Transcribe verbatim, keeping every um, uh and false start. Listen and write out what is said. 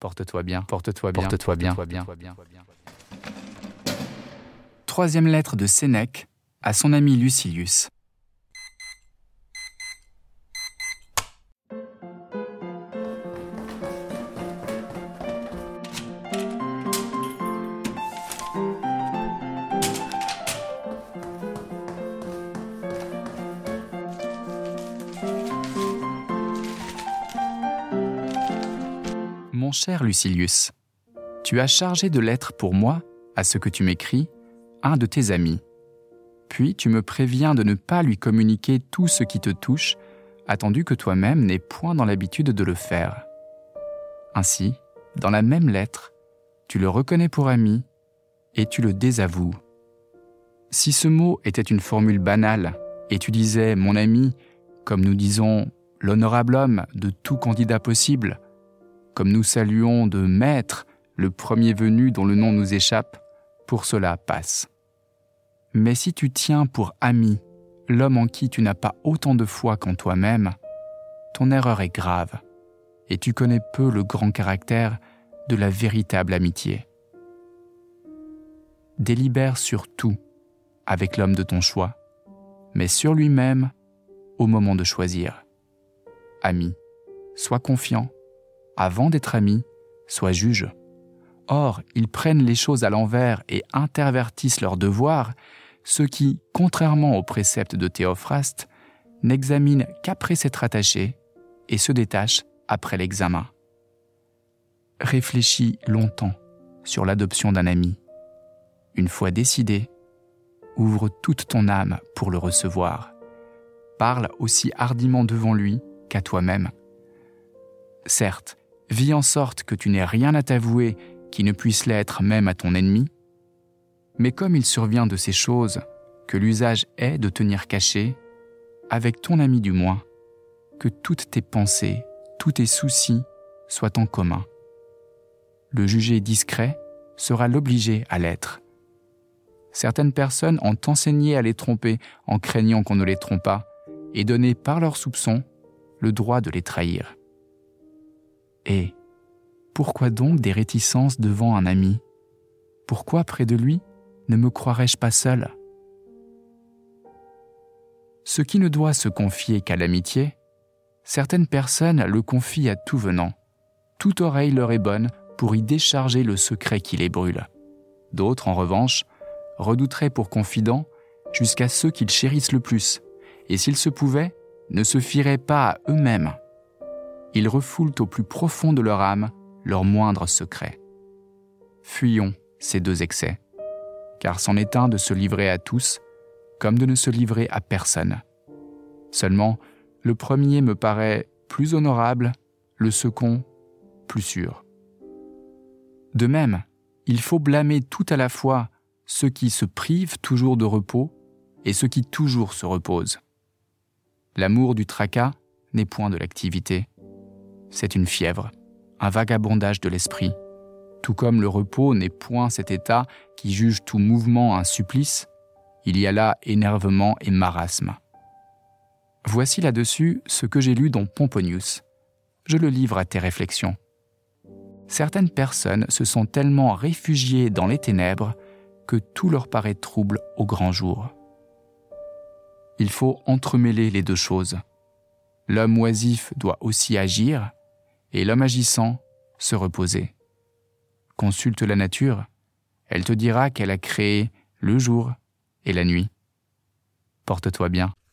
Porte-toi bien, porte-toi bien, porte-toi bien, porte-toi bien. Troisième lettre de Sénèque à son ami Lucilius. Mon cher Lucilius, tu as chargé de lettres pour moi, à ce que tu m'écris, un de tes amis. Puis tu me préviens de ne pas lui communiquer tout ce qui te touche, attendu que toi-même n'aies point dans l'habitude de le faire. Ainsi, dans la même lettre, tu le reconnais pour ami et tu le désavoues. Si ce mot était une formule banale et tu disais « mon ami », comme nous disons « l'honorable homme de tout candidat possible », comme nous saluons de « maître » le premier venu dont le nom nous échappe, pour cela passe. Mais si tu tiens pour ami l'homme en qui tu n'as pas autant de foi qu'en toi-même, ton erreur est grave, et tu connais peu le grand caractère de la véritable amitié. Délibère sur tout avec l'homme de ton choix, mais sur lui-même au moment de choisir. Ami, sois confiant. Avant d'être ami, sois juge. Or, ils prennent les choses à l'envers et intervertissent leurs devoirs, ceux qui, contrairement aux préceptes de Théophraste, n'examinent qu'après s'être attachés et se détachent après l'examen. Réfléchis longtemps sur l'adoption d'un ami. Une fois décidé, ouvre toute ton âme pour le recevoir. Parle aussi hardiment devant lui qu'à toi-même. Certes, vis en sorte que tu n'aies rien à t'avouer qui ne puisse l'être même à ton ennemi, mais comme il survient de ces choses que l'usage est de tenir caché, avec ton ami du moins, que toutes tes pensées, tous tes soucis soient en commun. Le jugé discret sera l'obligé à l'être. Certaines personnes ont enseigné à les tromper en craignant qu'on ne les trompe pas et donné par leurs soupçons le droit de les trahir. Et pourquoi donc des réticences devant un ami ? Pourquoi près de lui ne me croirais-je pas seul ? Ce qui ne doit se confier qu'à l'amitié, certaines personnes le confient à tout venant. Toute oreille leur est bonne pour y décharger le secret qui les brûle. D'autres, en revanche, redouteraient pour confidents jusqu'à ceux qu'ils chérissent le plus, et s'ils se pouvaient, ne se fieraient pas à eux-mêmes. Ils refoulent au plus profond de leur âme leurs moindres secrets. Fuyons ces deux excès, car c'en est un de se livrer à tous, comme de ne se livrer à personne. Seulement, le premier me paraît plus honorable, le second plus sûr. De même, il faut blâmer tout à la fois ceux qui se privent toujours de repos et ceux qui toujours se reposent. L'amour du tracas n'est point de l'activité. C'est une fièvre, un vagabondage de l'esprit, tout comme le repos n'est point cet état qui juge tout mouvement un supplice, il y a là énervement et marasme. Voici là-dessus ce que j'ai lu dans Pomponius. Je le livre à tes réflexions. Certaines personnes se sont tellement réfugiées dans les ténèbres que tout leur paraît trouble au grand jour. Il faut entremêler les deux choses. L'homme oisif doit aussi agir, et l'homme agissant se reposer. Consulte la nature, elle te dira qu'elle a créé le jour et la nuit. Porte-toi bien.